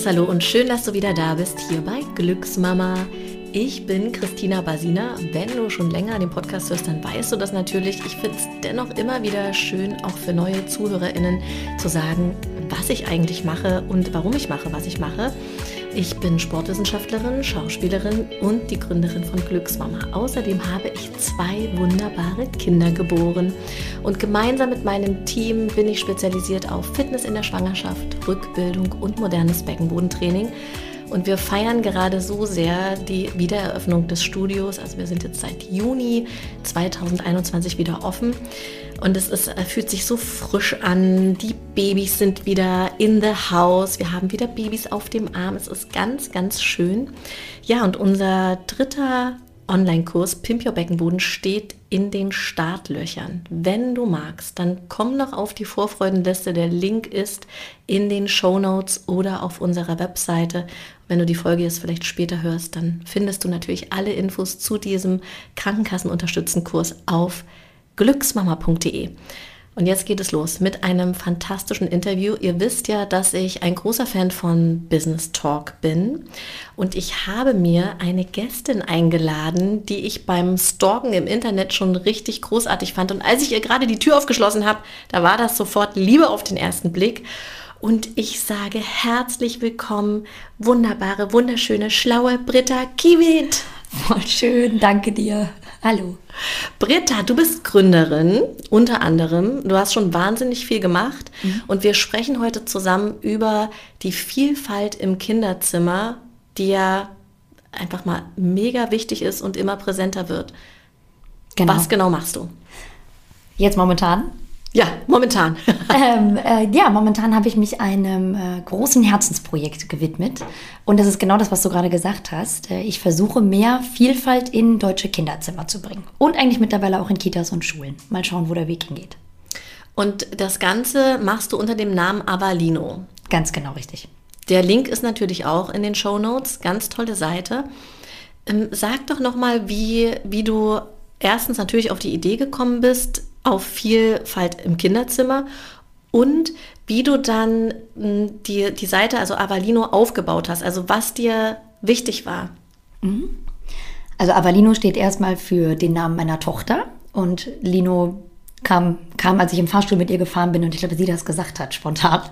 herzliches Hallo und schön, dass du wieder da bist, hier bei Glücksmama. Ich bin Christina Basina. Wenn du schon länger den Podcast hörst, dann weißt du das natürlich. Ich finde es dennoch immer wieder schön, auch für neue ZuhörerInnen zu sagen, was ich eigentlich mache und warum ich mache, was ich mache. Ich bin Sportwissenschaftlerin, Schauspielerin und die Gründerin von Glücksmama. Außerdem habe ich 2 wunderbare Kinder geboren. Und gemeinsam mit meinem Team bin ich spezialisiert auf Fitness in der Schwangerschaft, Rückbildung und modernes Beckenbodentraining. Und wir feiern gerade so sehr die Wiedereröffnung des Studios. Also wir sind jetzt seit Juni 2021 wieder offen. Und fühlt sich so frisch an. Die Babys sind wieder in the house. Wir haben wieder Babys auf dem Arm. Es ist ganz, ganz schön. Ja, und unser 3. Online-Kurs Pimp Your Beckenboden steht in den Startlöchern. Wenn du magst, dann komm noch auf die Vorfreudenliste. Der Link ist in den Shownotes oder auf unserer Webseite. Wenn du die Folge jetzt vielleicht später hörst, dann findest du natürlich alle Infos zu diesem Krankenkassenunterstützenkurs auf glücksmama.de. Und jetzt geht es los mit einem fantastischen Interview. Ihr wisst ja, dass ich ein großer Fan von Business Talk bin. Und ich habe mir eine Gästin eingeladen, die ich beim Stalken im Internet schon richtig großartig fand. Und als ich ihr gerade die Tür aufgeschlossen habe, da war das sofort Liebe auf den ersten Blick. Und ich sage herzlich willkommen, wunderbare, wunderschöne, schlaue Britta Kiewitt. Voll schön, danke dir. Hallo. Britta, du bist Gründerin, unter anderem. Du hast schon wahnsinnig viel gemacht. Und wir sprechen heute zusammen über die Vielfalt im Kinderzimmer, die ja einfach mal mega wichtig ist und immer präsenter wird. Genau. Was genau machst du? Jetzt momentan? Ja, momentan. Momentan habe ich mich einem großen Herzensprojekt gewidmet. Und das ist genau das, was du gerade gesagt hast. Ich versuche, mehr Vielfalt in deutsche Kinderzimmer zu bringen. Und eigentlich mittlerweile auch in Kitas und Schulen. Mal schauen, wo der Weg hingeht. Und das Ganze machst du unter dem Namen Avalino. Ganz genau, richtig. Der Link ist natürlich auch in den Shownotes. Ganz tolle Seite. Sag doch nochmal, wie du erstens natürlich auf die Idee gekommen bist, auf Vielfalt im Kinderzimmer und wie du dann die Seite, also Avalino, aufgebaut hast, also was dir wichtig war. Also Avalino steht erstmal für den Namen meiner Tochter und Lino kam, als ich im Fahrstuhl mit ihr gefahren bin und ich glaube, sie das gesagt hat, spontan.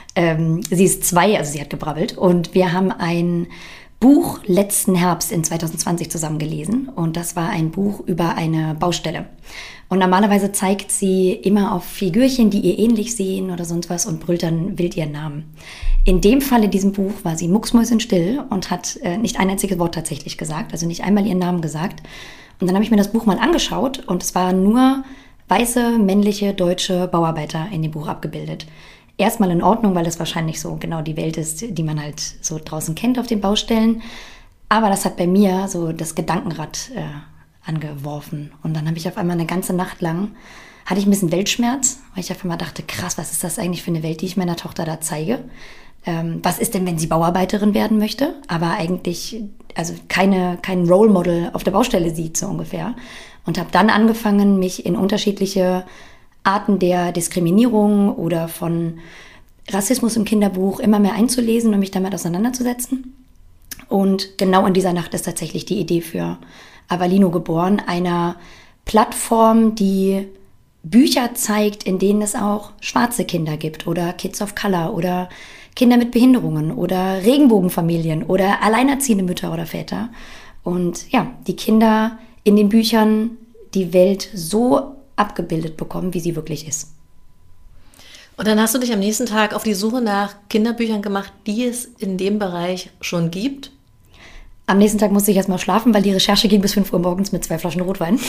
Sie ist 2, also sie hat gebrabbelt und wir haben ein Buch letzten Herbst in 2020 zusammen gelesen und das war ein Buch über eine Baustelle. Und normalerweise zeigt sie immer auf Figürchen, die ihr ähnlich sehen oder sonst was und brüllt dann wild ihren Namen. In dem Fall in diesem Buch war sie mucksmäuschenstill und hat nicht ein einziges Wort tatsächlich gesagt, also nicht einmal ihren Namen gesagt. Und dann habe ich mir das Buch mal angeschaut und es waren nur weiße, männliche, deutsche Bauarbeiter in dem Buch abgebildet. Erstmal in Ordnung, weil es wahrscheinlich so genau die Welt ist, die man halt so draußen kennt auf den Baustellen. Aber das hat bei mir so das Gedankenrad angeworfen. Und dann habe ich auf einmal eine ganze Nacht lang, hatte ich ein bisschen Weltschmerz, weil ich auf einmal dachte, krass, was ist das eigentlich für eine Welt, die ich meiner Tochter da zeige? Was ist denn, wenn sie Bauarbeiterin werden möchte, aber eigentlich also kein Role Model auf der Baustelle sieht, so ungefähr. Und habe dann angefangen, mich in unterschiedliche Arten der Diskriminierung oder von Rassismus im Kinderbuch immer mehr einzulesen und mich damit auseinanderzusetzen. Und genau in dieser Nacht ist tatsächlich die Idee für Avalino geboren, einer Plattform, die Bücher zeigt, in denen es auch schwarze Kinder gibt oder Kids of Color oder Kinder mit Behinderungen oder Regenbogenfamilien oder alleinerziehende Mütter oder Väter. Und ja, die Kinder in den Büchern die Welt so abgebildet bekommen, wie sie wirklich ist. Und dann hast du dich am nächsten Tag auf die Suche nach Kinderbüchern gemacht, die es in dem Bereich schon gibt? Am nächsten Tag musste ich erst mal schlafen, weil die Recherche ging bis 5 Uhr morgens mit 2 Flaschen Rotwein.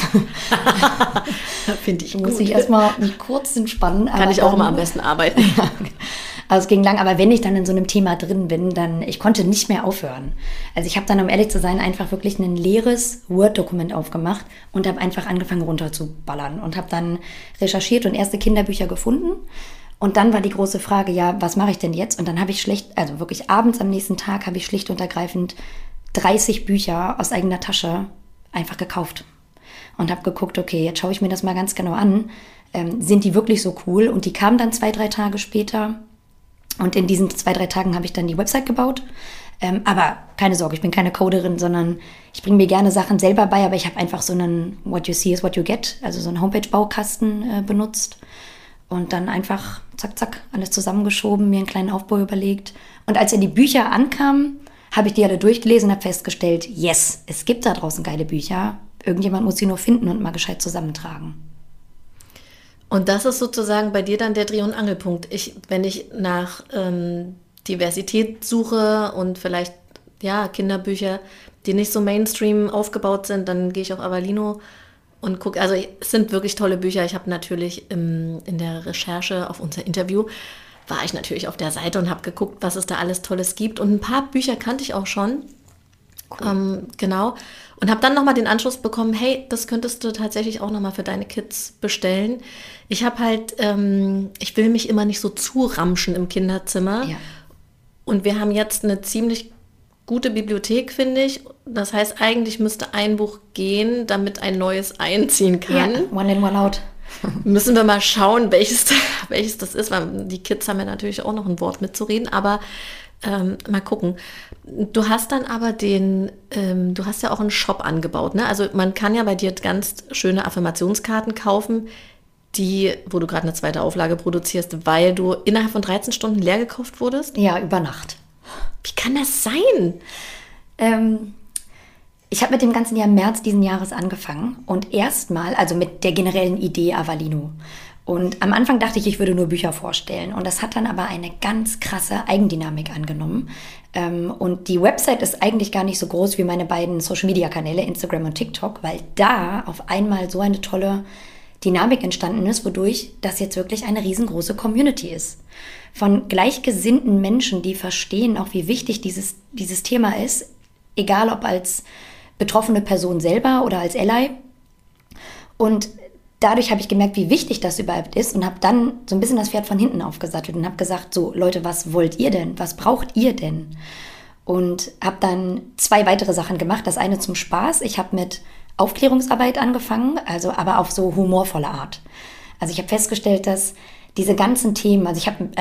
Finde ich gut. Muss ich erst mal kurz entspannen. Kann ich auch immer am besten arbeiten. Ja. Also es ging lang, aber wenn ich dann in so einem Thema drin bin, dann, ich konnte nicht mehr aufhören. Also ich habe dann, um ehrlich zu sein, einfach wirklich ein leeres Word-Dokument aufgemacht und habe einfach angefangen runterzuballern und habe dann recherchiert und erste Kinderbücher gefunden. Und dann war die große Frage, ja, was mache ich denn jetzt? Und dann habe ich wirklich abends am nächsten Tag habe ich schlicht und ergreifend 30 Bücher aus eigener Tasche einfach gekauft und habe geguckt, okay, jetzt schaue ich mir das mal ganz genau an. Sind die wirklich so cool? Und die kamen dann 2-3 Tage später. Und in diesen 2-3 Tagen habe ich dann die Website gebaut. Aber keine Sorge, ich bin keine Coderin, sondern ich bringe mir gerne Sachen selber bei, aber ich habe einfach so einen What you see is what you get, also so einen Homepage-Baukasten benutzt und dann einfach zack, zack, alles zusammengeschoben, mir einen kleinen Aufbau überlegt. Und als dann die Bücher ankamen, habe ich die alle durchgelesen und habe festgestellt, yes, es gibt da draußen geile Bücher. Irgendjemand muss sie nur finden und mal gescheit zusammentragen. Und das ist sozusagen bei dir dann der Dreh- und Angelpunkt. Wenn ich nach Diversität suche und vielleicht Kinderbücher, die nicht so Mainstream aufgebaut sind, dann gehe ich auf Avalino und gucke. Also es sind wirklich tolle Bücher. Ich habe natürlich in der Recherche auf unser Interview war ich natürlich auf der Seite und habe geguckt, was es da alles Tolles gibt. Und ein paar Bücher kannte ich auch schon. Cool. Genau. Und habe dann nochmal den Anschluss bekommen, hey, das könntest du tatsächlich auch nochmal für deine Kids bestellen. Ich habe halt, ich will mich immer nicht so zuramschen im Kinderzimmer. Ja. Und wir haben jetzt eine ziemlich gute Bibliothek, finde ich. Das heißt, eigentlich müsste ein Buch gehen, damit ein neues einziehen kann. Ja, one in, one out. Müssen wir mal schauen, welches das ist, weil die Kids haben ja natürlich auch noch ein Wort mitzureden, aber mal gucken. Du hast dann aber du hast ja auch einen Shop angebaut, ne? Also man kann ja bei dir ganz schöne Affirmationskarten kaufen, wo du gerade eine zweite Auflage produzierst, weil du innerhalb von 13 Stunden leer gekauft wurdest? Ja, über Nacht. Wie kann das sein? Ich habe mit dem ganzen Jahr im März diesen Jahres angefangen und erstmal, also mit der generellen Idee Avalino. Und am Anfang dachte ich, ich würde nur Bücher vorstellen. Und das hat dann aber eine ganz krasse Eigendynamik angenommen. Und die Website ist eigentlich gar nicht so groß wie meine beiden Social-Media-Kanäle, Instagram und TikTok, weil da auf einmal so eine tolle Dynamik entstanden ist, wodurch das jetzt wirklich eine riesengroße Community ist. Von gleichgesinnten Menschen, die verstehen auch, wie wichtig dieses Thema ist, egal ob als betroffene Person selber oder als Ally. Und dadurch habe ich gemerkt, wie wichtig das überhaupt ist und habe dann so ein bisschen das Pferd von hinten aufgesattelt und habe gesagt, so Leute, was wollt ihr denn? Was braucht ihr denn? Und habe dann 2 weitere Sachen gemacht. Das eine zum Spaß. Ich habe mit Aufklärungsarbeit angefangen, also aber auf so humorvolle Art. Also ich habe festgestellt, dass diese ganzen Themen, ich habe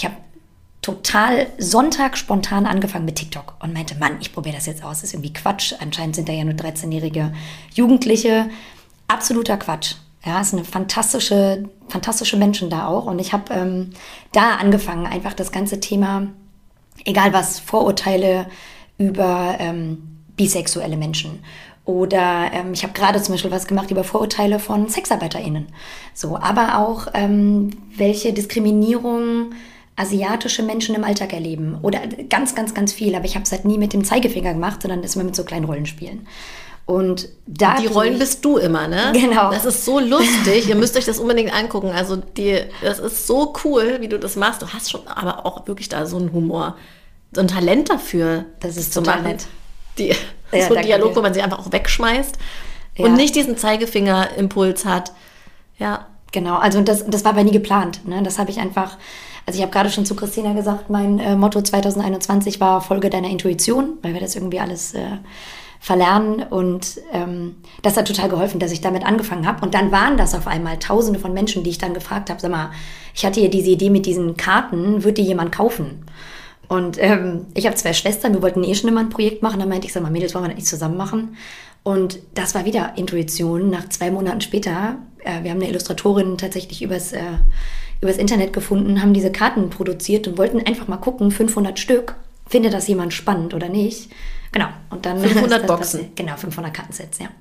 total Sonntag spontan angefangen mit TikTok und meinte, Mann, ich probiere das jetzt aus, das ist irgendwie Quatsch. Anscheinend sind da ja nur 13-jährige Jugendliche. Absoluter Quatsch. Ja, es sind fantastische Menschen da auch. Und ich habe da angefangen, einfach das ganze Thema, egal was, Vorurteile über bisexuelle Menschen. Oder ich habe gerade zum Beispiel was gemacht über Vorurteile von SexarbeiterInnen. So, aber auch welche Diskriminierung asiatische Menschen im Alltag erleben. Oder ganz, ganz, ganz viel. Aber ich habe es halt nie mit dem Zeigefinger gemacht, sondern das immer mit so kleinen Rollenspielen. Und da die Rollen bist du immer, ne? Genau. Das ist so lustig. Ihr müsst euch das unbedingt angucken. Also das ist so cool, wie du das machst. Du hast schon aber auch wirklich da so einen Humor, so ein Talent dafür. Das ist total nett. So ein Dialog, wo man sie einfach auch wegschmeißt und nicht diesen Zeigefinger-Impuls hat. Ja. Genau, also das war aber nie geplant. Ne? Das habe ich einfach, also ich habe gerade schon zu Christina gesagt, mein Motto 2021 war Folge deiner Intuition, weil wir das irgendwie alles verlernen und das hat total geholfen, dass ich damit angefangen habe. Und dann waren das auf einmal Tausende von Menschen, die ich dann gefragt habe, sag mal, ich hatte hier diese Idee mit diesen Karten, wird die jemand kaufen? Und ich habe 2 Schwestern, wir wollten schon immer ein Projekt machen, dann meinte ich, sag mal, Mädels, wollen wir das nicht zusammen machen? Und das war wieder Intuition. Nach 2 Monaten später, wir haben eine Illustratorin tatsächlich übers Internet gefunden, haben diese Karten produziert und wollten einfach mal gucken, 500 Stück, findet das jemand spannend oder nicht? Genau. Und dann 500 Boxen. Genau, 500 Kartensets, ja.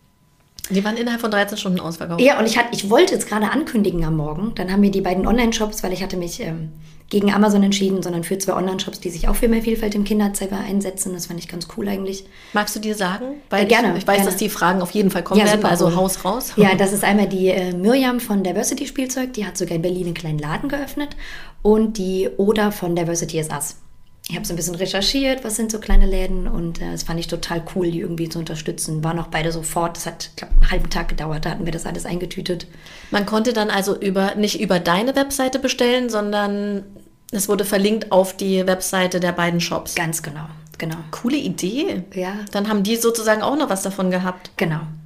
Die waren innerhalb von 13 Stunden ausverkauft. Ja, und ich wollte es gerade ankündigen am Morgen. Dann haben wir die beiden Online-Shops, weil ich hatte mich gegen Amazon entschieden, sondern für 2 Online-Shops, die sich auch für mehr Vielfalt im Kinderzimmer einsetzen. Das fand ich ganz cool eigentlich. Magst du dir sagen? Weil gerne. Ich weiß, gerne, dass die Fragen auf jeden Fall kommen werden, also cool. Haus raus. Ja, das ist einmal die Miriam von Diversity Spielzeug, die hat sogar in Berlin einen kleinen Laden geöffnet. Und die Oda von Diversity is Us. Ich habe so ein bisschen recherchiert, was sind so kleine Läden und das fand ich total cool, die irgendwie zu unterstützen. Waren auch beide sofort, das hat, glaube ich, einen halben Tag gedauert, da hatten wir das alles eingetütet. Man konnte dann also nicht über deine Webseite bestellen, sondern es wurde verlinkt auf die Webseite der beiden Shops. Ganz genau. Coole Idee. Ja. Dann haben die sozusagen auch noch was davon gehabt. Genau.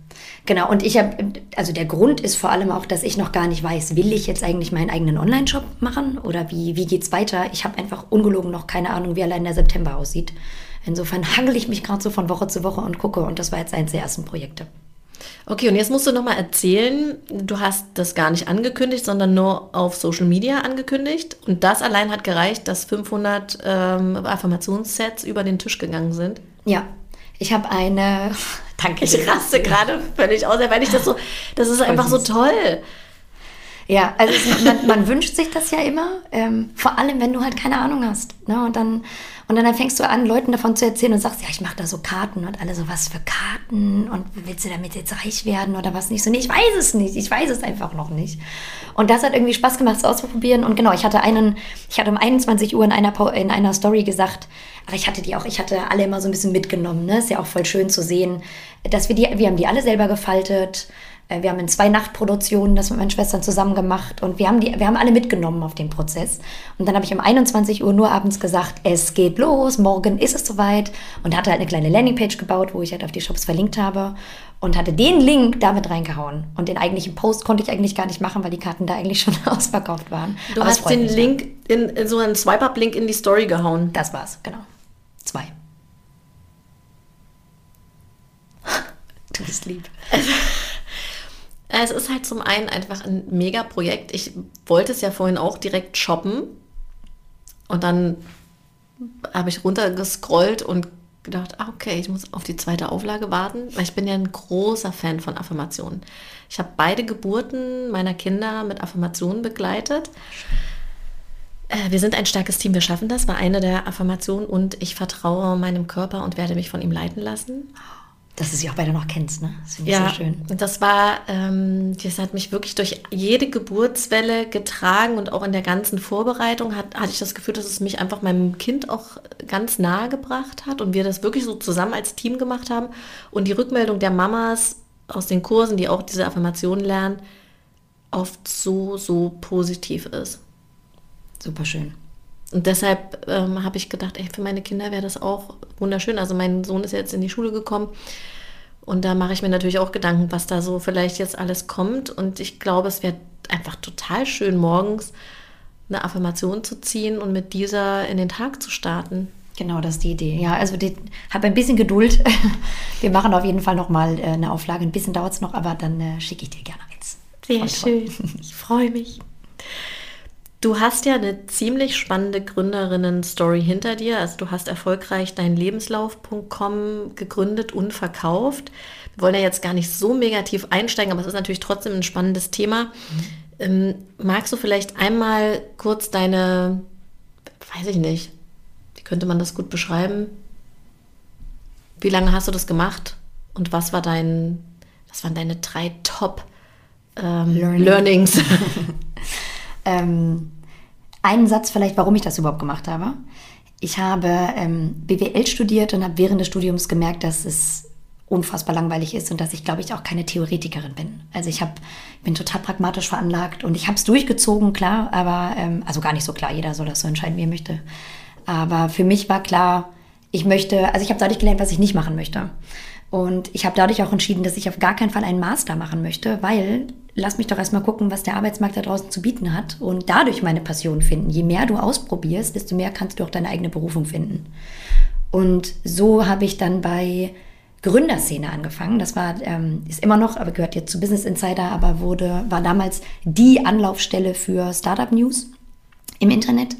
Genau, und ich habe, also der Grund ist vor allem auch, dass ich noch gar nicht weiß, will ich jetzt eigentlich meinen eigenen Online-Shop machen oder wie geht's weiter? Ich habe einfach ungelogen noch keine Ahnung, wie allein der September aussieht. Insofern hangel ich mich gerade so von Woche zu Woche und gucke und das war jetzt eines der ersten Projekte. Okay, und jetzt musst du nochmal erzählen, du hast das gar nicht angekündigt, sondern nur auf Social Media angekündigt und das allein hat gereicht, dass 500 Affirmationssets über den Tisch gegangen sind. Ja, ich habe eine... Danke. Ich raste gerade völlig aus, weil ich das ist einfach so toll. Ja, also man wünscht sich das ja immer, vor allem, wenn du halt keine Ahnung hast. Ne? Und dann fängst du an, Leuten davon zu erzählen und sagst, ja, ich mache da so Karten und alle so, was für Karten und willst du damit jetzt reich werden oder was nicht? So, nee, ich weiß es nicht, ich weiß es einfach noch nicht. Und das hat irgendwie Spaß gemacht, es auszuprobieren. Und genau, ich hatte um 21 Uhr in einer Story gesagt, aber ich hatte alle immer so ein bisschen mitgenommen, ne? Ist ja auch voll schön zu sehen, dass wir haben die alle selber gefaltet. Wir haben in 2 Nachtproduktionen das mit meinen Schwestern zusammen gemacht und wir haben alle mitgenommen auf den Prozess. Und dann habe ich um 21 Uhr nur abends gesagt, es geht los, morgen ist es soweit und hatte halt eine kleine Landingpage gebaut, wo ich halt auf die Shops verlinkt habe und hatte den Link damit reingehauen. Und den eigentlichen Post konnte ich eigentlich gar nicht machen, weil die Karten da eigentlich schon ausverkauft waren. Du Aber hast den Link in so einen Swipe-Up-Link in die Story gehauen. Das war's, genau. 2. Du bist lieb. Es ist halt zum einen einfach ein Mega-Projekt. Ich wollte es ja vorhin auch direkt shoppen. Und dann habe ich runtergescrollt und gedacht, okay, ich muss auf die 2. Auflage warten, weil ich bin ja ein großer Fan von Affirmationen. Ich habe beide Geburten meiner Kinder mit Affirmationen begleitet. Wir sind ein starkes Team, wir schaffen das, war eine der Affirmationen. Und ich vertraue meinem Körper und werde mich von ihm leiten lassen. Dass du sie auch beide noch kennst, ne? Das finde ich so schön. Das hat mich wirklich durch jede Geburtswelle getragen und auch in der ganzen Vorbereitung hatte ich das Gefühl, dass es mich einfach meinem Kind auch ganz nahe gebracht hat und wir das wirklich so zusammen als Team gemacht haben und die Rückmeldung der Mamas aus den Kursen, die auch diese Affirmationen lernen, oft so positiv ist. Super schön. Und deshalb habe ich gedacht, für meine Kinder wäre das auch wunderschön. Also mein Sohn ist jetzt in die Schule gekommen und da mache ich mir natürlich auch Gedanken, was da so vielleicht jetzt alles kommt. Und ich glaube, es wäre einfach total schön, morgens eine Affirmation zu ziehen und mit dieser in den Tag zu starten. Genau, das ist die Idee. Ja, also hab ein bisschen Geduld. Wir machen auf jeden Fall nochmal eine Auflage. Ein bisschen dauert es noch, aber dann schicke ich dir gerne eins. Sehr schön. Ich freue mich. Du hast ja eine ziemlich spannende Gründerinnen-Story hinter dir. Also du hast erfolgreich dein Lebenslauf.com gegründet und verkauft. Wir wollen ja jetzt gar nicht so negativ einsteigen, aber es ist natürlich trotzdem ein spannendes Thema. Magst du vielleicht einmal kurz deine, weiß ich nicht, wie könnte man das gut beschreiben? Wie lange hast du das gemacht? Und was waren deine 3 Top-Learnings? Einen Satz vielleicht, warum ich das überhaupt gemacht habe. Ich habe BWL studiert und habe während des Studiums gemerkt, dass es unfassbar langweilig ist und dass ich, glaube ich, auch keine Theoretikerin bin. Also ich bin total pragmatisch veranlagt und ich habe es durchgezogen, klar, aber also gar nicht so klar, jeder soll das so entscheiden, wie er möchte. Aber für mich war klar, ich habe dadurch gelernt, was ich nicht machen möchte. Und ich habe dadurch auch entschieden, dass ich auf gar keinen Fall einen Master machen möchte, weil lass mich doch erstmal gucken, was der Arbeitsmarkt da draußen zu bieten hat und dadurch meine Passion finden. Je mehr du ausprobierst, desto mehr kannst du auch deine eigene Berufung finden. Und so habe ich dann bei Gründerszene angefangen. Das ist immer noch, aber gehört jetzt zu Business Insider, aber war damals die Anlaufstelle für Startup News im Internet.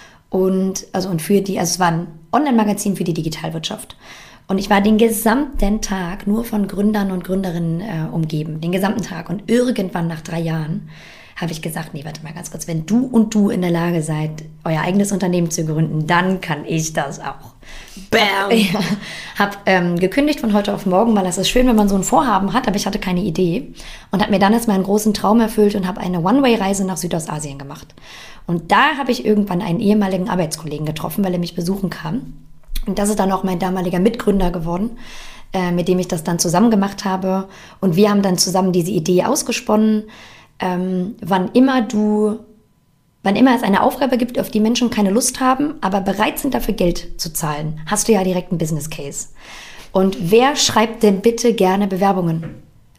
Es war ein Online-Magazin für die Digitalwirtschaft. Und ich war den gesamten Tag nur von Gründern und Gründerinnen umgeben. Den gesamten Tag. Und irgendwann nach 3 Jahren habe ich gesagt, nee, warte mal ganz kurz. Wenn du und du in der Lage seid, euer eigenes Unternehmen zu gründen, dann kann ich das auch. Bam! Habe gekündigt von heute auf morgen, weil das ist schön, wenn man so ein Vorhaben hat, aber ich hatte keine Idee. Und habe mir dann erstmal einen großen Traum erfüllt und habe eine One-Way-Reise nach Südostasien gemacht. Und da habe ich irgendwann einen ehemaligen Arbeitskollegen getroffen, weil er mich besuchen kam. Und das ist dann auch mein damaliger Mitgründer geworden, mit dem ich das dann zusammen gemacht habe. Und wir haben dann zusammen diese Idee ausgesponnen. Wann immer es eine Aufgabe gibt, auf die Menschen keine Lust haben, aber bereit sind, dafür Geld zu zahlen, hast du ja direkt einen Business Case. Und wer schreibt denn bitte gerne Bewerbungen?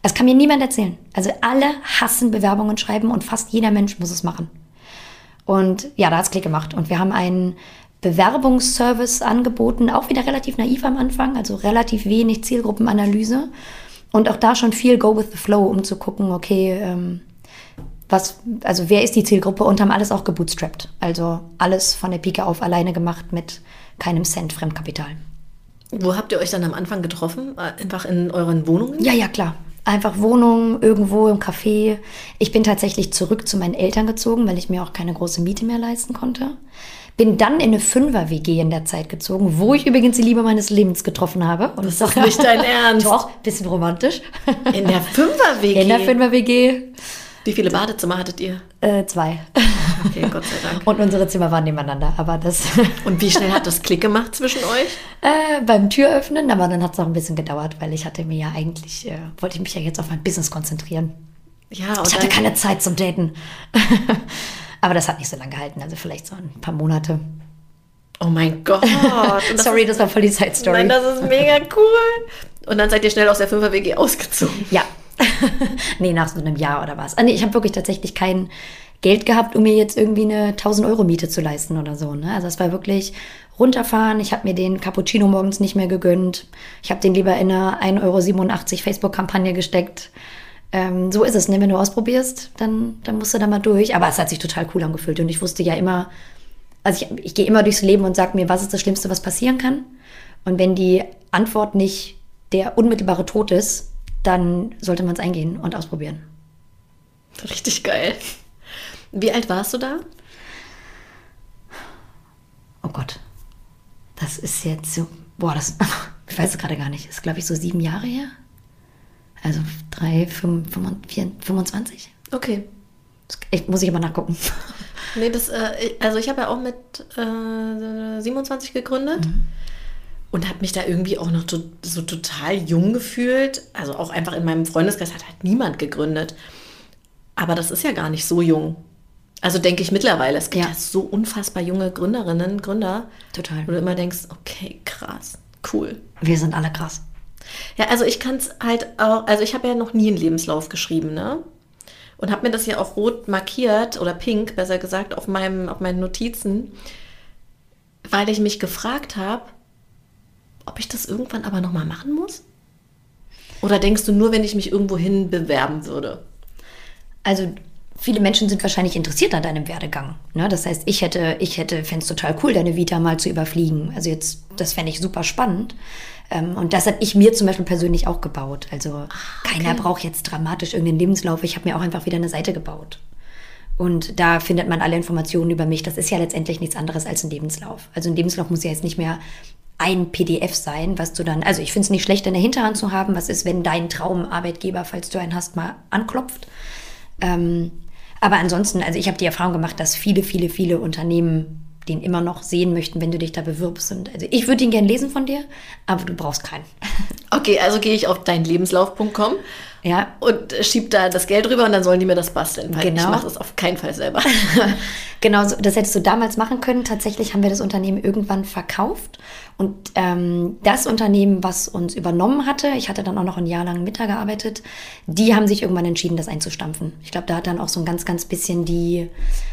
Das kann mir niemand erzählen. Also alle hassen Bewerbungen schreiben und fast jeder Mensch muss es machen. Und ja, da hat es Klick gemacht. Und wir haben einen Bewerbungsservice angeboten, auch wieder relativ naiv am Anfang, also relativ wenig Zielgruppenanalyse. Und auch da schon viel Go with the Flow, um zu gucken, okay, wer ist die Zielgruppe, und haben alles auch gebootstrapped. Also alles von der Pike auf alleine gemacht mit keinem Cent Fremdkapital. Wo habt ihr euch dann am Anfang getroffen? Einfach in euren Wohnungen? Ja, klar. Einfach Wohnung, irgendwo im Café. Ich bin tatsächlich zurück zu meinen Eltern gezogen, weil ich mir auch keine große Miete mehr leisten konnte. Bin dann in eine 5er-WG in der Zeit gezogen, wo ich übrigens die Liebe meines Lebens getroffen habe. Und das ist nicht dein Ernst. Doch, bisschen romantisch. In der 5er-WG? In der 5er-WG. Wie viele Badezimmer hattet ihr? 2. Okay, Gott sei Dank. Und unsere Zimmer waren nebeneinander, aber das... Und wie schnell hat das Klick gemacht zwischen euch? Beim Türöffnen, aber dann hat es auch ein bisschen gedauert, weil ich hatte mir ja eigentlich, wollte ich mich ja jetzt auf mein Business konzentrieren. Ja, und ich hatte keine Zeit zum Daten. Aber das hat nicht so lange gehalten, also vielleicht so ein paar Monate. Oh mein Gott. Sorry, das war voll die Side-Story. Nein, das ist mega cool. Und dann seid ihr schnell aus der 5er-WG ausgezogen. Ja. Nee, nach so einem Jahr oder was. Nee, ich habe wirklich tatsächlich kein Geld gehabt, um mir jetzt irgendwie eine 1.000-Euro-Miete zu leisten oder so. Ne? Also es war wirklich runterfahren. Ich habe mir den Cappuccino morgens nicht mehr gegönnt. Ich habe den lieber in eine 1,87 € Facebook-Kampagne gesteckt. So ist es, ne? Wenn du ausprobierst, dann musst du da mal durch. Aber es hat sich total cool angefühlt. Und ich wusste ja immer, also ich gehe immer durchs Leben und sage mir, was ist das Schlimmste, was passieren kann? Und wenn die Antwort nicht der unmittelbare Tod ist, dann sollte man es eingehen und ausprobieren. Richtig geil. Wie alt warst du da? Oh Gott, das ist jetzt so, ich weiß es gerade gar nicht, ist glaube ich so 7 Jahre her. Also 25. Okay. Muss ich aber nachgucken. Nee, also ich habe ja auch mit 27 gegründet. Und habe mich da irgendwie auch noch so total jung gefühlt. Also auch einfach in meinem Freundeskreis hat halt niemand gegründet. Aber das ist ja gar nicht so jung. Also denke ich mittlerweile. Es gibt ja so unfassbar junge Gründerinnen, Gründer. Total. Wo du immer denkst, okay, krass, cool. Wir sind alle krass. Ja, also ich kann es halt auch, also ich habe ja noch nie einen Lebenslauf geschrieben, ne? Und habe mir das ja auch rot markiert, oder pink, besser gesagt, auf meinen Notizen, weil ich mich gefragt habe, ob ich das irgendwann aber nochmal machen muss? Oder denkst du nur, wenn ich mich irgendwo hin bewerben würde? Also viele Menschen sind wahrscheinlich interessiert an deinem Werdegang. Ne? Das heißt, ich fände es total cool, deine Vita mal zu überfliegen. Also jetzt, das fände ich super spannend. Und das habe ich mir zum Beispiel persönlich auch gebaut. Also keiner braucht jetzt dramatisch irgendeinen Lebenslauf. Ich habe mir auch einfach wieder eine Seite gebaut. Und da findet man alle Informationen über mich. Das ist ja letztendlich nichts anderes als ein Lebenslauf. Also ein Lebenslauf muss ja jetzt nicht mehr ein PDF sein, was du dann, also ich finde es nicht schlecht, in der Hinterhand zu haben. Was ist, wenn dein Traumarbeitgeber, falls du einen hast, mal anklopft? Aber ansonsten, also ich habe die Erfahrung gemacht, dass viele Unternehmen den immer noch sehen möchten, wenn du dich da bewirbst. Und also ich würde ihn gerne lesen von dir, aber du brauchst keinen. Okay, also gehe ich auf deinlebenslauf.com und schieb da das Geld rüber und dann sollen die mir das basteln. Weil ich mache das auf keinen Fall selber. Genau, das hättest du damals machen können. Tatsächlich haben wir das Unternehmen irgendwann verkauft. Und das Unternehmen, was uns übernommen hatte, ich hatte dann auch noch ein Jahr lang mit da gearbeitet, die haben sich irgendwann entschieden, das einzustampfen. Ich glaube, da hat dann auch so ein ganz bisschen die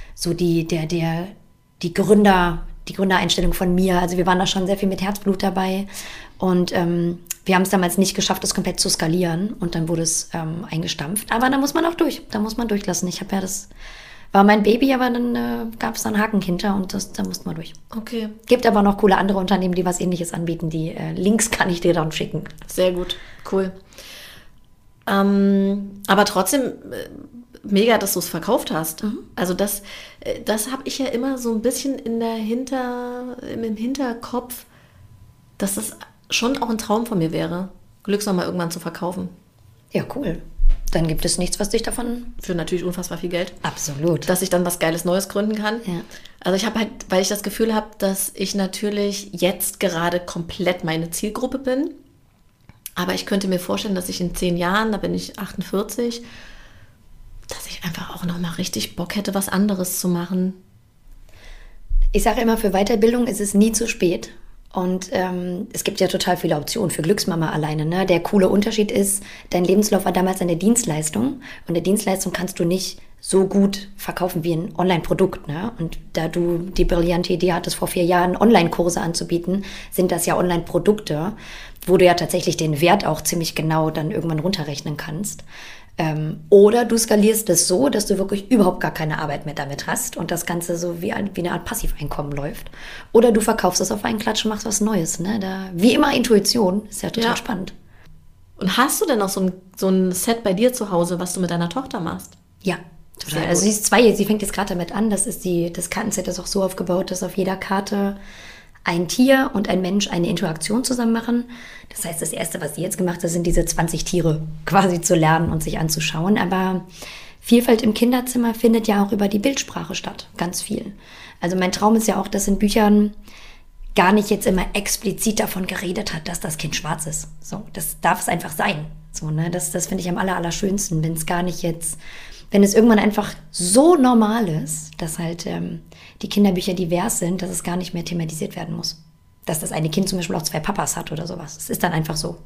Gründereinstellung von mir. Also wir waren da schon sehr viel mit Herzblut dabei. Und wir haben es damals nicht geschafft, das komplett zu skalieren. Und dann wurde es eingestampft. Aber da muss man auch durch. Da muss man durchlassen. Das war mein Baby, aber dann gab es da einen Haken hinter und da mussten wir durch. Okay. Gibt aber noch coole andere Unternehmen, die was Ähnliches anbieten. Die Links kann ich dir dann schicken. Sehr gut. Cool. Aber trotzdem mega, dass du es verkauft hast. Also das habe ich ja immer so ein bisschen im Hinterkopf, dass das schon auch ein Traum von mir wäre, Glücksmama irgendwann zu verkaufen. Ja, cool. Dann gibt es nichts, was dich davon... Für natürlich unfassbar viel Geld. Absolut. Dass ich dann was Geiles Neues gründen kann. Ja. Also ich habe halt, weil ich das Gefühl habe, dass ich natürlich jetzt gerade komplett meine Zielgruppe bin. Aber ich könnte mir vorstellen, dass ich in 10 Jahren, da bin ich 48, dass ich einfach auch nochmal richtig Bock hätte, was anderes zu machen. Ich sage immer, für Weiterbildung ist es nie zu spät. Und es gibt ja total viele Optionen für Glücksmama alleine. Ne? Der coole Unterschied ist, dein Lebenslauf war damals eine Dienstleistung. Und eine Dienstleistung kannst du nicht so gut verkaufen wie ein Online-Produkt. Ne? Und da du die brillante Idee hattest, vor 4 Jahren Online-Kurse anzubieten, sind das ja Online-Produkte, wo du ja tatsächlich den Wert auch ziemlich genau dann irgendwann runterrechnen kannst. Oder du skalierst es so, dass du wirklich überhaupt gar keine Arbeit mehr damit hast und das Ganze so wie eine Art Passiveinkommen läuft. Oder du verkaufst es auf einen Klatsch und machst was Neues. Ne? Wie immer Intuition, ist ja total spannend. Und hast du denn noch so ein Set bei dir zu Hause, was du mit deiner Tochter machst? Ja, total. Also sie ist 2, sie fängt jetzt gerade damit an. Das Kartenset ist auch so aufgebaut, dass auf jeder Karte ein Tier und ein Mensch eine Interaktion zusammen machen. Das heißt, das Erste, was sie jetzt gemacht hat, sind diese 20 Tiere quasi zu lernen und sich anzuschauen. Aber Vielfalt im Kinderzimmer findet ja auch über die Bildsprache statt, ganz viel. Also mein Traum ist ja auch, dass in Büchern gar nicht jetzt immer explizit davon geredet hat, dass das Kind schwarz ist. So, das darf es einfach sein. So, ne? Das finde ich am allerschönsten, wenn es irgendwann einfach so normal ist, dass halt die Kinderbücher divers sind, dass es gar nicht mehr thematisiert werden muss. Dass das eine Kind zum Beispiel auch 2 Papas hat oder sowas. Es ist dann einfach so.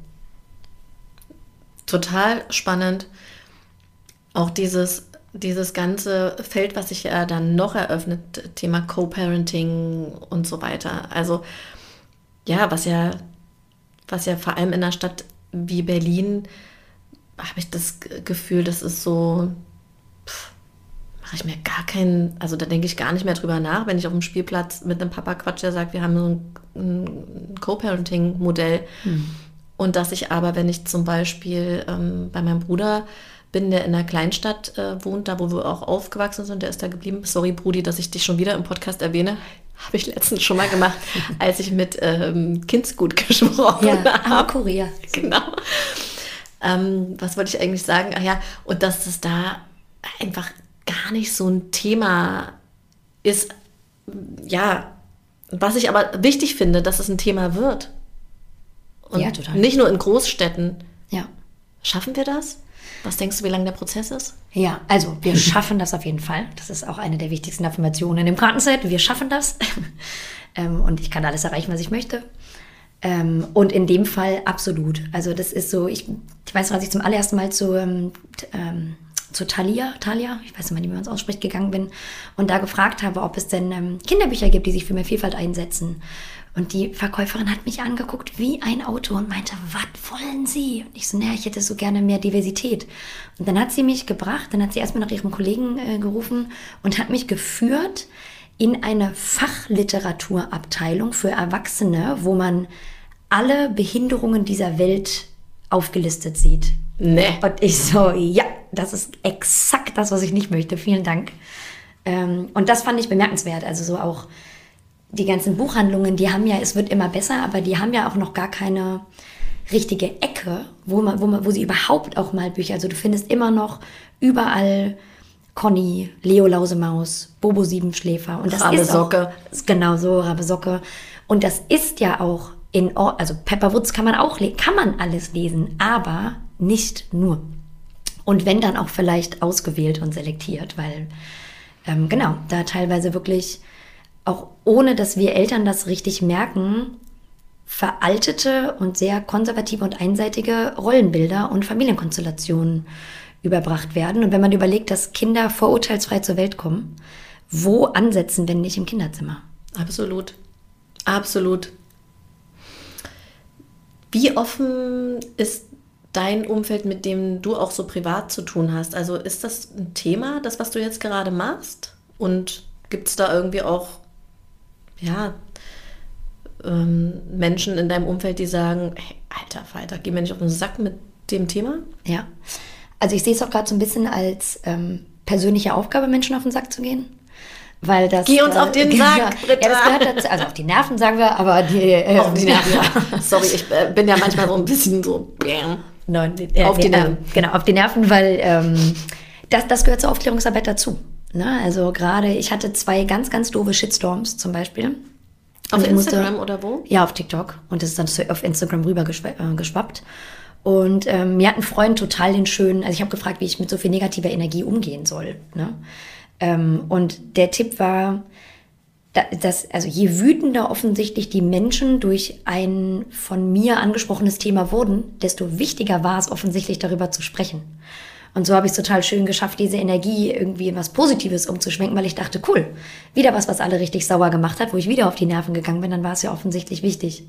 Total spannend. Auch dieses ganze Feld, was sich ja dann noch eröffnet, Thema Co-Parenting und so weiter. Also ja, was ja vor allem in einer Stadt wie Berlin, habe ich das Gefühl, das ist so, mache ich mir also da denke ich gar nicht mehr drüber nach, wenn ich auf dem Spielplatz mit einem Papa quatsche, der sagt, wir haben so ein Co-Parenting-Modell. Und dass ich aber, wenn ich zum Beispiel bei meinem Bruder bin, der in einer Kleinstadt wohnt, da wo wir auch aufgewachsen sind, der ist da geblieben. Sorry, Brudi, dass ich dich schon wieder im Podcast erwähne. Habe ich letztens schon mal gemacht, als ich mit Kindsgut gesprochen habe. Korea. Genau. Was wollte ich eigentlich sagen? Ach ja, und dass es da einfach gar nicht so ein Thema ist, ja, was ich aber wichtig finde, dass es ein Thema wird. Und ja, total. Nicht nur in Großstädten. Ja. Schaffen wir das? Was denkst du, wie lang der Prozess ist? Ja, also wir schaffen das auf jeden Fall. Das ist auch eine der wichtigsten Affirmationen in dem Kartenset. Wir schaffen das. Und ich kann alles erreichen, was ich möchte. Und in dem Fall absolut. Also das ist so, ich weiß noch, als ich zum allerersten Mal zu Thalia, ich weiß nicht mehr, wie man es ausspricht, gegangen bin und da gefragt habe, ob es denn Kinderbücher gibt, die sich für mehr Vielfalt einsetzen. Und die Verkäuferin hat mich angeguckt wie ein Auto und meinte, was wollen Sie? Und ich so, naja, ich hätte so gerne mehr Diversität. Und dann hat sie mich gebracht, dann hat sie erstmal nach ihrem Kollegen gerufen und hat mich geführt in eine Fachliteraturabteilung für Erwachsene, wo man alle Behinderungen dieser Welt aufgelistet sieht. Nee. Und ich so, ja, das ist exakt das, was ich nicht möchte. Vielen Dank. Und das fand ich bemerkenswert. Also so auch die ganzen Buchhandlungen, die haben ja, es wird immer besser, aber die haben ja auch noch gar keine richtige Ecke, wo sie überhaupt auch mal Bücher, also du findest immer noch überall Conny, Leo Lausemaus, Bobo Siebenschläfer. Und das Rabesocke. Ist auch, genau so, Rabesocke. Und das ist ja auch also Pepperwoods kann man alles lesen, aber nicht nur. Und wenn dann auch vielleicht ausgewählt und selektiert, weil genau, da teilweise wirklich auch ohne, dass wir Eltern das richtig merken, veraltete und sehr konservative und einseitige Rollenbilder und Familienkonstellationen überbracht werden. Und wenn man überlegt, dass Kinder vorurteilsfrei zur Welt kommen, wo ansetzen, wenn nicht im Kinderzimmer? Absolut. Absolut. Wie offen ist dein Umfeld, mit dem du auch so privat zu tun hast? Also ist das ein Thema, das, was du jetzt gerade machst? Und gibt es da irgendwie auch Menschen in deinem Umfeld, die sagen, hey, alter Falter, geh mir nicht auf den Sack mit dem Thema? Ja, also ich sehe es auch gerade so ein bisschen als persönliche Aufgabe, Menschen auf den Sack zu gehen. Weil das, geh uns auf den Sack, Britta. Ja, das gehört dazu. Also auf die Nerven, sagen wir, aber auf die Nerven, ja. Sorry, ich bin ja manchmal so ein bisschen so Nein, auf die Nerven. Genau, auf die Nerven, weil das gehört zur Aufklärungsarbeit dazu. Ne? Also gerade, ich hatte 2 ganz, ganz doofe Shitstorms zum Beispiel. Auf Instagram oder wo? Ja, auf TikTok. Und das ist dann auf Instagram rüber geschwappt. Und mir hat ein Freund total also ich habe gefragt, wie ich mit so viel negativer Energie umgehen soll. Ne? Und der Tipp war, also je wütender offensichtlich die Menschen durch ein von mir angesprochenes Thema wurden, desto wichtiger war es offensichtlich, darüber zu sprechen. Und so habe ich es total schön geschafft, diese Energie irgendwie in was Positives umzuschwenken, weil ich dachte, cool, wieder was alle richtig sauer gemacht hat, wo ich wieder auf die Nerven gegangen bin, dann war es ja offensichtlich wichtig.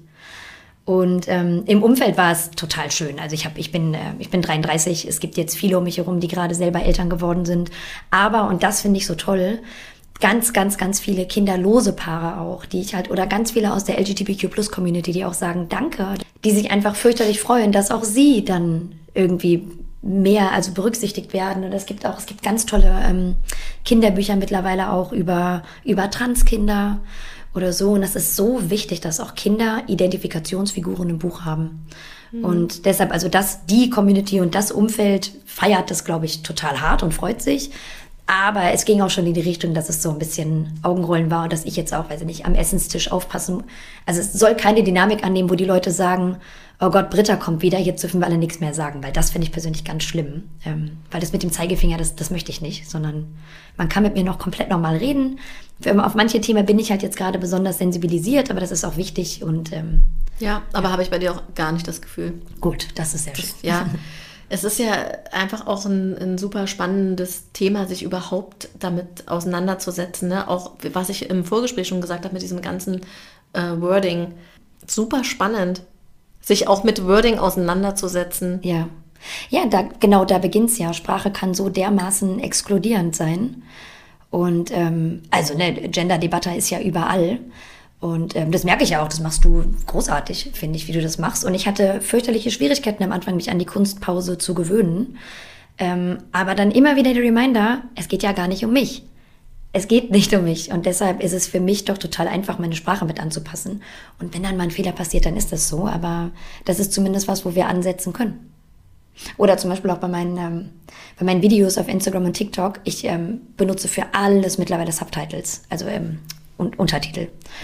Und im Umfeld war es total schön. Also ich bin 33, es gibt jetzt viele um mich herum, die gerade selber Eltern geworden sind. Aber, und das finde ich so toll, ganz, ganz, ganz viele kinderlose Paare auch, die ich halt, oder ganz viele aus der LGBTQ+-Community, die auch sagen, danke, die sich einfach fürchterlich freuen, dass auch sie dann irgendwie mehr, also berücksichtigt werden. Und es gibt ganz tolle Kinderbücher mittlerweile auch über Transkinder oder so. Und das ist so wichtig, dass auch Kinder Identifikationsfiguren im Buch haben. Und deshalb, also die Community und das Umfeld feiert das, glaube ich, total hart und freut sich. Aber es ging auch schon in die Richtung, dass es so ein bisschen Augenrollen war und dass ich jetzt auch, weiß ich nicht, am Essenstisch aufpassen. Also es soll keine Dynamik annehmen, wo die Leute sagen, oh Gott, Britta kommt wieder, jetzt dürfen wir alle nichts mehr sagen, weil das finde ich persönlich ganz schlimm. Weil das mit dem Zeigefinger, das möchte ich nicht, sondern man kann mit mir noch komplett normal reden. Auf manche Themen bin ich halt jetzt gerade besonders sensibilisiert, aber das ist auch wichtig und ja, aber habe ich bei dir auch gar nicht das Gefühl. Gut, das ist sehr schön. Ja, es ist ja einfach auch ein super spannendes Thema, sich überhaupt damit auseinanderzusetzen. Ne? Auch was ich im Vorgespräch schon gesagt habe mit diesem ganzen Wording. Super spannend, sich auch mit Wording auseinanderzusetzen. Ja, ja, da beginnt's ja. Sprache kann so dermaßen exkludierend sein. Und Gender-Debatte ist ja überall. Und das merke ich ja auch, das machst du großartig, finde ich, wie du das machst. Und ich hatte fürchterliche Schwierigkeiten am Anfang, mich an die Kunstpause zu gewöhnen. Aber dann immer wieder der Reminder, es geht ja gar nicht um mich. Es geht nicht um mich. Und deshalb ist es für mich doch total einfach, meine Sprache mit anzupassen. Und wenn dann mal ein Fehler passiert, dann ist das so. Aber das ist zumindest was, wo wir ansetzen können. Oder zum Beispiel auch bei meinen Videos auf Instagram und TikTok. Ich benutze für alles mittlerweile Subtitles, also Untertitel.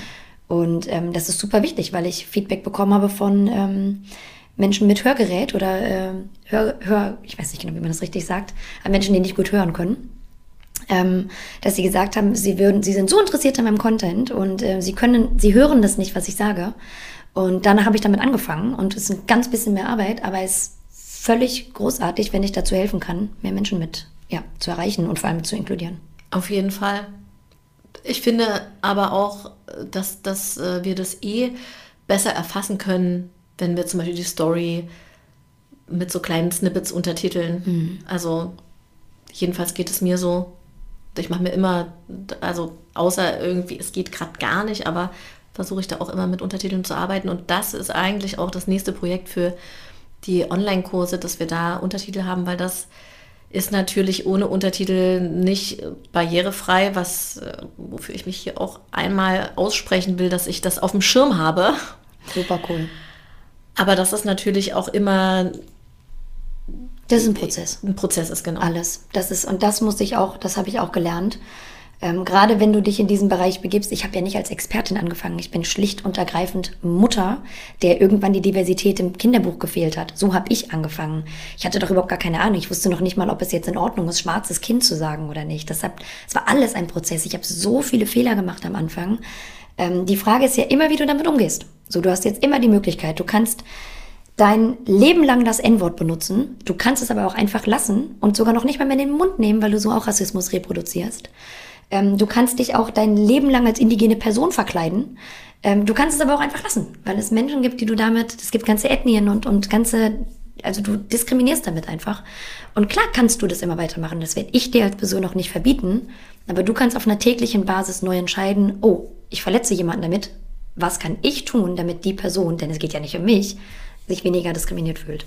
Und das ist super wichtig, weil ich Feedback bekommen habe von Menschen mit Hörgerät oder ich weiß nicht genau, wie man das richtig sagt, aber Menschen, die nicht gut hören können, dass sie gesagt haben, sie sind so interessiert an meinem Content und sie hören das nicht, was ich sage. Und danach habe ich damit angefangen und es ist ein ganz bisschen mehr Arbeit, aber es ist völlig großartig, wenn ich dazu helfen kann, mehr Menschen zu erreichen und vor allem zu inkludieren. Auf jeden Fall. Ich finde aber auch, dass wir das besser erfassen können, wenn wir zum Beispiel die Story mit so kleinen Snippets untertiteln. Also jedenfalls geht es mir so. Ich mache mir immer, also außer irgendwie, es geht gerade gar nicht, aber versuche ich da auch immer mit Untertiteln zu arbeiten. Und das ist eigentlich auch das nächste Projekt für die Online-Kurse, dass wir da Untertitel haben, weil das ist natürlich ohne Untertitel nicht barrierefrei, wofür ich mich hier auch einmal aussprechen will, dass ich das auf dem Schirm habe. Super cool. Aber das ist natürlich auch immer... Das ist ein Prozess. Ein Prozess ist, genau. Alles. Das habe ich auch gelernt. Gerade wenn du dich in diesen Bereich begibst, ich habe ja nicht als Expertin angefangen, ich bin schlicht und ergreifend Mutter, der irgendwann die Diversität im Kinderbuch gefehlt hat. So habe ich angefangen. Ich hatte doch überhaupt gar keine Ahnung. Ich wusste noch nicht mal, ob es jetzt in Ordnung ist, schwarzes Kind zu sagen oder nicht. Es war alles ein Prozess. Ich habe so viele Fehler gemacht am Anfang. Die Frage ist ja immer, wie du damit umgehst. So, du hast jetzt immer die Möglichkeit, du kannst dein Leben lang das N-Wort benutzen, du kannst es aber auch einfach lassen und sogar noch nicht mal mehr in den Mund nehmen, weil du so auch Rassismus reproduzierst. Du kannst dich auch dein Leben lang als indigene Person verkleiden. Du kannst es aber auch einfach lassen, weil es Menschen gibt, es gibt ganze Ethnien und also du diskriminierst damit einfach. Und klar kannst du das immer weitermachen, das werde ich dir als Person auch nicht verbieten, aber du kannst auf einer täglichen Basis neu entscheiden, oh, ich verletze jemanden damit, was kann ich tun, damit die Person, denn es geht ja nicht um mich, sich weniger diskriminiert fühlt.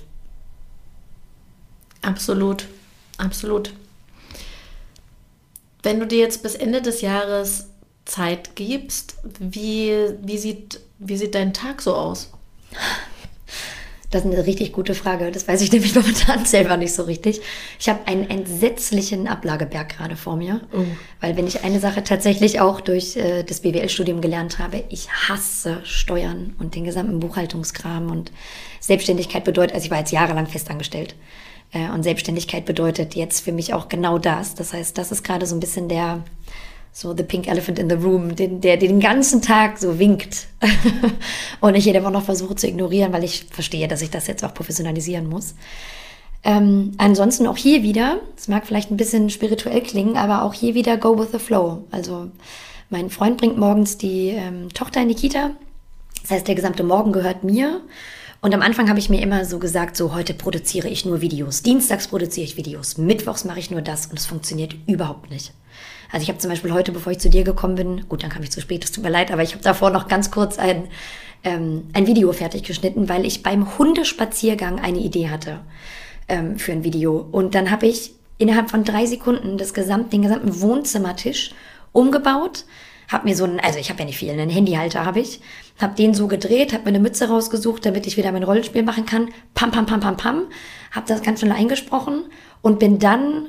Absolut, absolut. Wenn du dir jetzt bis Ende des Jahres Zeit gibst, wie sieht dein Tag so aus? Das ist eine richtig gute Frage. Das weiß ich nämlich momentan selber nicht so richtig. Ich habe einen entsetzlichen Ablageberg gerade vor mir. Weil wenn ich eine Sache tatsächlich auch durch das BWL-Studium gelernt habe, ich hasse Steuern und den gesamten Buchhaltungskram und Selbstständigkeit bedeutet, also ich war jetzt jahrelang festangestellt. Und Selbstständigkeit bedeutet jetzt für mich auch genau das. Das heißt, das ist gerade so ein bisschen so the pink elephant in the room, der den ganzen Tag so winkt und ich jede Woche noch versuche zu ignorieren, weil ich verstehe, dass ich das jetzt auch professionalisieren muss. Ansonsten auch hier wieder, es mag vielleicht ein bisschen spirituell klingen, aber auch hier wieder go with the flow. Also mein Freund bringt morgens die Tochter in die Kita. Das heißt, der gesamte Morgen gehört mir. Und am Anfang habe ich mir immer so gesagt, so heute produziere ich nur Videos. Dienstags produziere ich Videos. Mittwochs mache ich nur das. Und es funktioniert überhaupt nicht. Also ich habe zum Beispiel heute, bevor ich zu dir gekommen bin, gut, dann kam ich zu spät, es tut mir leid, aber ich habe davor noch ganz kurz ein Video fertig geschnitten, weil ich beim Hundespaziergang eine Idee hatte für ein Video. Und dann habe ich innerhalb von 3 Sekunden den gesamten Wohnzimmertisch umgebaut. Hab mir also ich habe ja nicht viel, einen Handyhalter habe ich, habe den so gedreht, habe mir eine Mütze rausgesucht, damit ich wieder mein Rollenspiel machen kann. Pam, pam, pam, pam, pam. Habe das ganz schnell eingesprochen und bin dann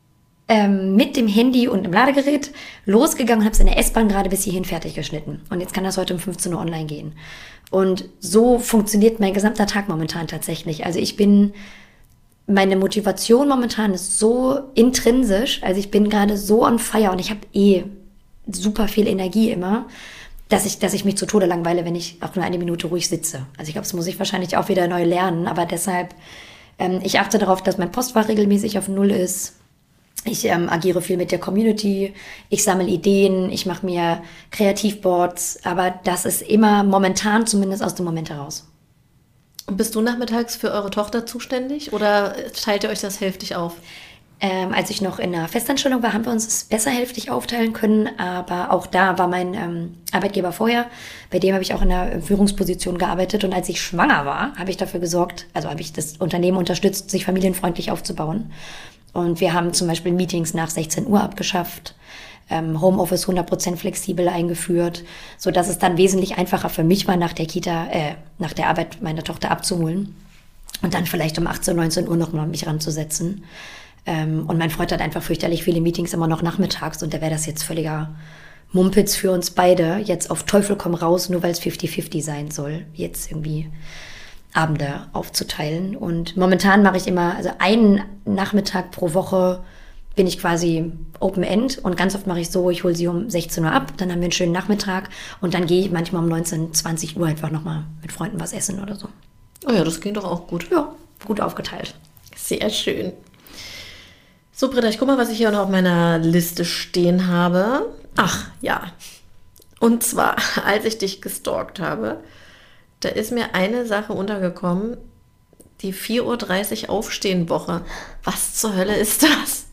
mit dem Handy und dem Ladegerät losgegangen und habe es in der S-Bahn gerade bis hierhin fertig geschnitten. Und jetzt kann das heute um 15 Uhr online gehen. Und so funktioniert mein gesamter Tag momentan tatsächlich. Also meine Motivation momentan ist so intrinsisch, also ich bin gerade so on fire und ich habe super viel Energie immer, dass ich mich zu Tode langweile, wenn ich auch nur 1 Minute ruhig sitze. Also ich glaube, das muss ich wahrscheinlich auch wieder neu lernen, aber deshalb, ich achte darauf, dass mein Postfach regelmäßig auf 0 ist. Ich agiere viel mit der Community, ich sammle Ideen, ich mache mir Kreativboards, aber das ist immer momentan zumindest aus dem Moment heraus. Und bist du nachmittags für eure Tochter zuständig oder teilt ihr euch das hälftig auf? Als ich noch in einer Festanstellung war, haben wir uns das besser hälftig aufteilen können, aber auch da war mein Arbeitgeber vorher, bei dem habe ich auch in einer Führungsposition gearbeitet und als ich schwanger war, habe ich dafür gesorgt, also habe ich das Unternehmen unterstützt, sich familienfreundlich aufzubauen und wir haben zum Beispiel Meetings nach 16 Uhr abgeschafft, Homeoffice 100% flexibel eingeführt, sodass es dann wesentlich einfacher für mich war, nach der Arbeit meine Tochter abzuholen und dann vielleicht um 18, 19 Uhr noch mal mich ranzusetzen. Und mein Freund hat einfach fürchterlich viele Meetings immer noch nachmittags und da wäre das jetzt völliger Mumpitz für uns beide, jetzt auf Teufel komm raus, nur weil es 50-50 sein soll, jetzt irgendwie Abende aufzuteilen. Und momentan mache ich immer, also einen Nachmittag pro Woche bin ich quasi Open End und ganz oft mache ich so, ich hole sie um 16 Uhr ab, dann haben wir einen schönen Nachmittag und dann gehe ich manchmal um 19, 20 Uhr einfach nochmal mit Freunden was essen oder so. Oh ja, das ging doch auch gut. Ja, gut aufgeteilt. Sehr schön. So, Britta, ich guck mal, was ich hier noch auf meiner Liste stehen habe. Ach, ja. Und zwar, als ich dich gestalkt habe, da ist mir eine Sache untergekommen, die 4:30 Uhr Aufstehen-Woche. Was zur Hölle ist das?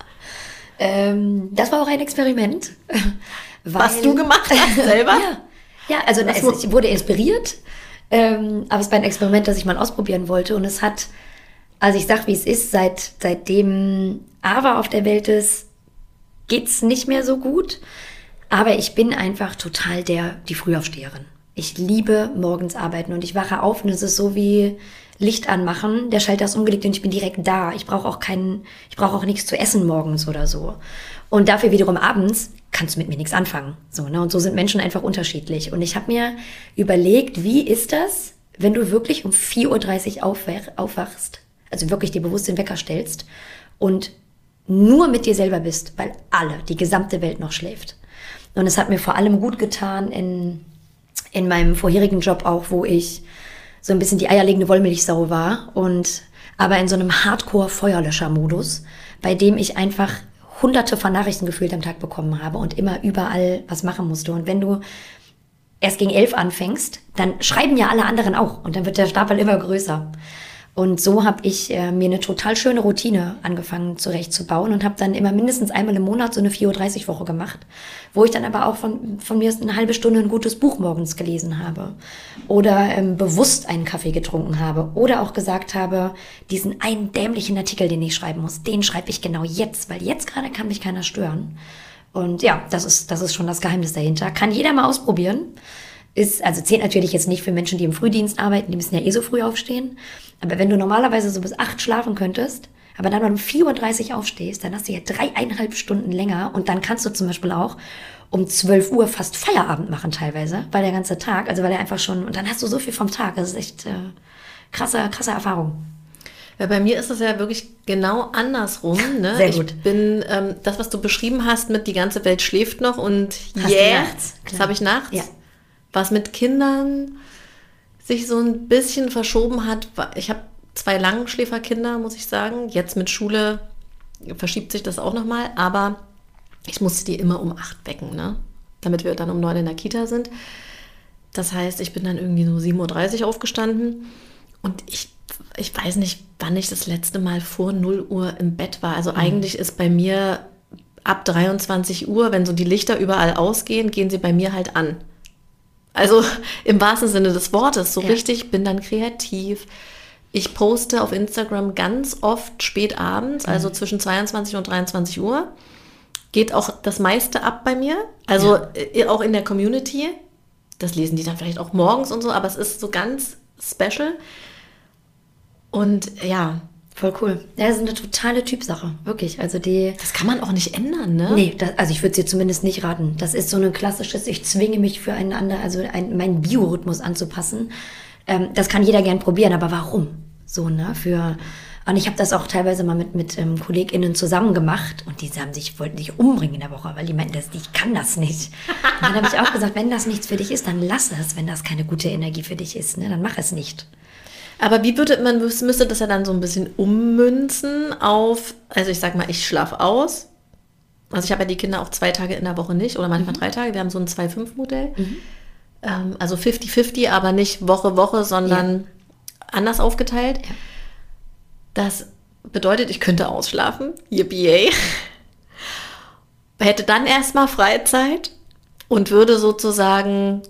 Das war auch ein Experiment. Was du gemacht hast selber? Ja, also ich wurde inspiriert, aber es war ein Experiment, das ich mal ausprobieren wollte und es hat, also ich sag, wie es ist, seitdem Ava auf der Welt ist, geht's nicht mehr so gut. Aber ich bin einfach total die Frühaufsteherin. Ich liebe morgens arbeiten und ich wache auf und es ist so wie Licht anmachen, der Schalter ist umgelegt und ich bin direkt da. Ich brauche auch nichts zu essen morgens oder so. Und dafür wiederum abends kannst du mit mir nichts anfangen. So, ne? Und so sind Menschen einfach unterschiedlich. Und ich habe mir überlegt, wie ist das, wenn du wirklich um 4:30 Uhr aufwachst, also wirklich dir bewusst den Wecker stellst und nur mit dir selber bist, weil die gesamte Welt noch schläft. Und es hat mir vor allem gut getan in meinem vorherigen Job auch, wo ich so ein bisschen die eierlegende Wollmilchsau war aber in so einem Hardcore-Feuerlöscher-Modus, bei dem ich einfach hunderte von Nachrichten gefühlt am Tag bekommen habe und immer überall was machen musste. Und wenn du erst gegen 11 anfängst, dann schreiben ja alle anderen auch und dann wird der Stapel immer größer. Und so habe ich mir eine total schöne Routine angefangen zurechtzubauen und habe dann immer mindestens einmal im Monat so eine 4:30 Woche gemacht, wo ich dann aber auch von mir eine halbe Stunde ein gutes Buch morgens gelesen habe oder bewusst einen Kaffee getrunken habe oder auch gesagt habe, diesen einen dämlichen Artikel, den ich schreiben muss, den schreibe ich genau jetzt, weil jetzt gerade kann mich keiner stören. Und ja, das ist schon das Geheimnis dahinter. Kann jeder mal ausprobieren. Zählt natürlich jetzt nicht für Menschen, die im Frühdienst arbeiten, die müssen ja so früh aufstehen. Aber wenn du normalerweise so bis 8 schlafen könntest, aber dann um 4:30 Uhr aufstehst, dann hast du ja 3,5 Stunden länger und dann kannst du zum Beispiel auch um 12 Uhr fast Feierabend machen teilweise, weil der ganze Tag, also weil er einfach schon, und dann hast du so viel vom Tag, das ist echt krasse Erfahrung. Weil bei mir ist es ja wirklich genau andersrum. Ne? Sehr gut. Ich bin, das, was du beschrieben hast mit die ganze Welt schläft noch und Hast du nachts, das klar. habe ich nachts. Ja. Was mit Kindern sich so ein bisschen verschoben hat. Ich habe 2 Langschläferkinder, muss ich sagen. Jetzt mit Schule verschiebt sich das auch nochmal. Aber ich musste die immer um 8 wecken, ne? Damit wir dann um 9 in der Kita sind. Das heißt, ich bin dann irgendwie so 7:30 Uhr aufgestanden und ich weiß nicht, wann ich das letzte Mal vor 0 Uhr im Bett war. Also eigentlich ist bei mir ab 23 Uhr, wenn so die Lichter überall ausgehen, gehen sie bei mir halt an. Also im wahrsten Sinne des Wortes, so richtig, bin dann kreativ. Ich poste auf Instagram ganz oft spät abends, also zwischen 22 und 23 Uhr. Geht auch das meiste ab bei mir, also auch in der Community. Das lesen die dann vielleicht auch morgens und so, aber es ist so ganz special. Und ja. Voll cool. Ja, das ist eine totale Typsache, wirklich. Also Das kann man auch nicht ändern, ne? Nee, also ich würde es dir zumindest nicht raten. Das ist so ein klassisches, ich zwinge mich für einen anderen, also meinen Biorhythmus anzupassen. Das kann jeder gern probieren, aber warum? So, ne? Und ich habe das auch teilweise mal mit KollegInnen zusammen gemacht und die wollten sich umbringen in der Woche, weil die meinten, ich kann das nicht. Und dann habe ich auch gesagt, wenn das nichts für dich ist, dann lass es. Wenn das keine gute Energie für dich ist, ne, dann mach es nicht. Aber müsste das ja dann so ein bisschen ummünzen auf, also ich sag mal, ich schlafe aus. Also ich habe ja die Kinder auch 2 Tage in der Woche nicht oder manchmal 3 Tage. Wir haben so ein 2-5-Modell. Also 50-50, aber nicht Woche, sondern anders aufgeteilt. Ja. Das bedeutet, ich könnte ausschlafen. Yippie. Hätte dann erstmal Freizeit und würde sozusagen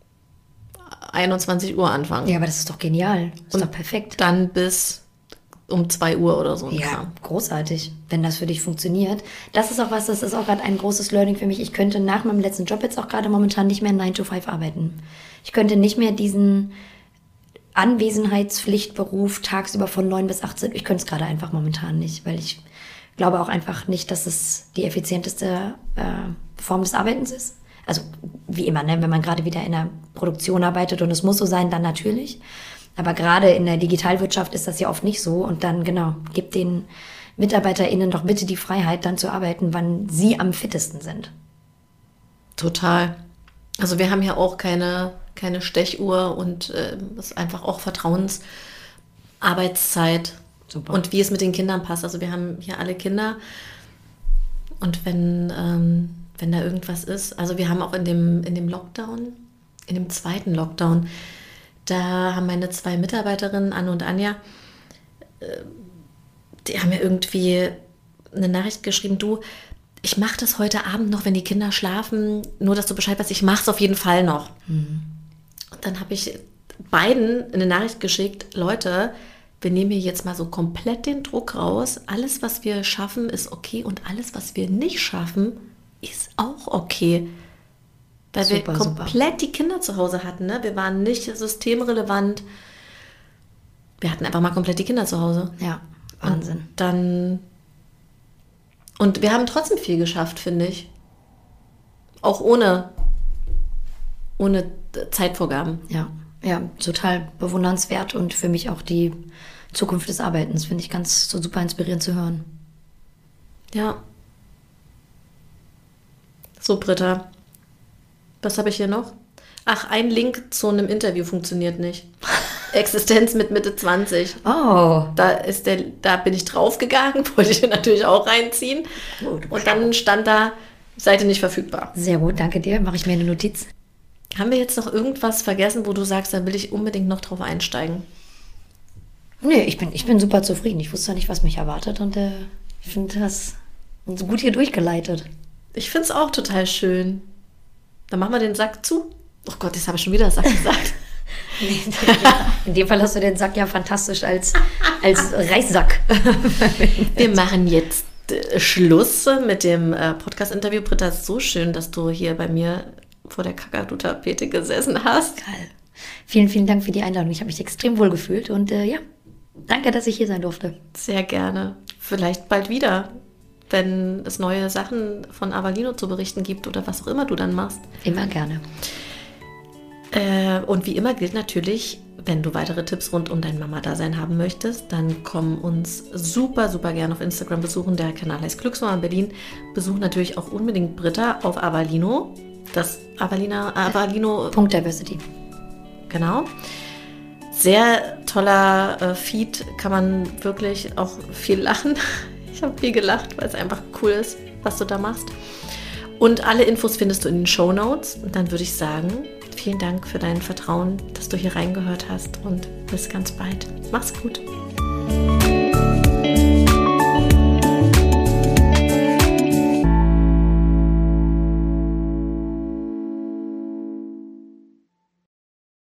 21 Uhr anfangen. Ja, aber das ist doch genial. Das ist doch perfekt. Dann bis um 2 Uhr oder so. Ja, großartig, wenn das für dich funktioniert. Das ist auch gerade ein großes Learning für mich. Ich könnte nach meinem letzten Job jetzt auch gerade momentan nicht mehr 9 to 5 arbeiten. Ich könnte nicht mehr diesen Anwesenheitspflichtberuf tagsüber von 9 bis 18. Ich könnte es gerade einfach momentan nicht, weil ich glaube auch einfach nicht, dass es die effizienteste Form des Arbeitens ist. Also wie immer, ne? Wenn man gerade wieder in der Produktion arbeitet und es muss so sein, dann natürlich. Aber gerade in der Digitalwirtschaft ist das ja oft nicht so. Und dann, genau, gibt den MitarbeiterInnen doch bitte die Freiheit, dann zu arbeiten, wann sie am fittesten sind. Total. Also wir haben ja auch keine Stechuhr und das ist einfach auch Vertrauensarbeitszeit. Super. Und wie es mit den Kindern passt. Also wir haben hier alle Kinder und wenn da irgendwas ist, also wir haben auch in dem Lockdown, in dem 2. Lockdown, da haben meine 2 Mitarbeiterinnen, Anne und Anja, die haben mir irgendwie eine Nachricht geschrieben, du, ich mache das heute Abend noch, wenn die Kinder schlafen, nur dass du Bescheid weißt, ich mache es auf jeden Fall noch. Und dann habe ich beiden eine Nachricht geschickt, Leute, wir nehmen hier jetzt mal so komplett den Druck raus, alles, was wir schaffen, ist okay und alles, was wir nicht schaffen, ist auch okay. Weil wir komplett die Kinder zu Hause hatten, ne? Wir waren nicht systemrelevant. Wir hatten einfach mal komplett die Kinder zu Hause. Ja, Wahnsinn. Und wir haben trotzdem viel geschafft, finde ich. Auch ohne Zeitvorgaben. Ja, total bewundernswert und für mich auch die Zukunft des Arbeitens, finde ich ganz so super inspirierend zu hören. Ja. So, Britta. Was habe ich hier noch? Ach, ein Link zu einem Interview funktioniert nicht. Existenz mit Mitte 20. Oh. Da bin ich draufgegangen, wollte ich natürlich auch reinziehen. Gut. Und dann stand da, Seite nicht verfügbar. Sehr gut, danke dir. Mache ich mir eine Notiz. Haben wir jetzt noch irgendwas vergessen, wo du sagst, da will ich unbedingt noch drauf einsteigen? Nee, ich bin super zufrieden. Ich wusste nicht, was mich erwartet und ich finde das so gut hier durchgeleitet. Ich finde es auch total schön. Dann machen wir den Sack zu. Oh Gott, jetzt habe ich schon wieder Sack gesagt. In dem Fall hast du den Sack ja fantastisch als Reissack. Wir machen jetzt Schluss mit dem Podcast-Interview. Britta, es ist so schön, dass du hier bei mir vor der Kakadu-Tapete gesessen hast. Geil. Vielen, vielen Dank für die Einladung. Ich habe mich extrem wohl gefühlt und danke, dass ich hier sein durfte. Sehr gerne. Vielleicht bald wieder, wenn es neue Sachen von Avalino zu berichten gibt oder was auch immer du dann machst. Immer gerne. Und wie immer gilt natürlich, wenn du weitere Tipps rund um dein Mama-Dasein haben möchtest, dann komm uns super, super gerne auf Instagram besuchen. Der Kanal heißt Glücksmama Berlin. Besuch natürlich auch unbedingt Britta auf Avalino. Das Avalino. Diversity. Genau. Sehr toller Feed, kann man wirklich auch viel lachen. Ich habe viel gelacht, weil es einfach cool ist, was du da machst. Und alle Infos findest du in den Shownotes. Und dann würde ich sagen, vielen Dank für dein Vertrauen, dass du hier reingehört hast und bis ganz bald. Mach's gut.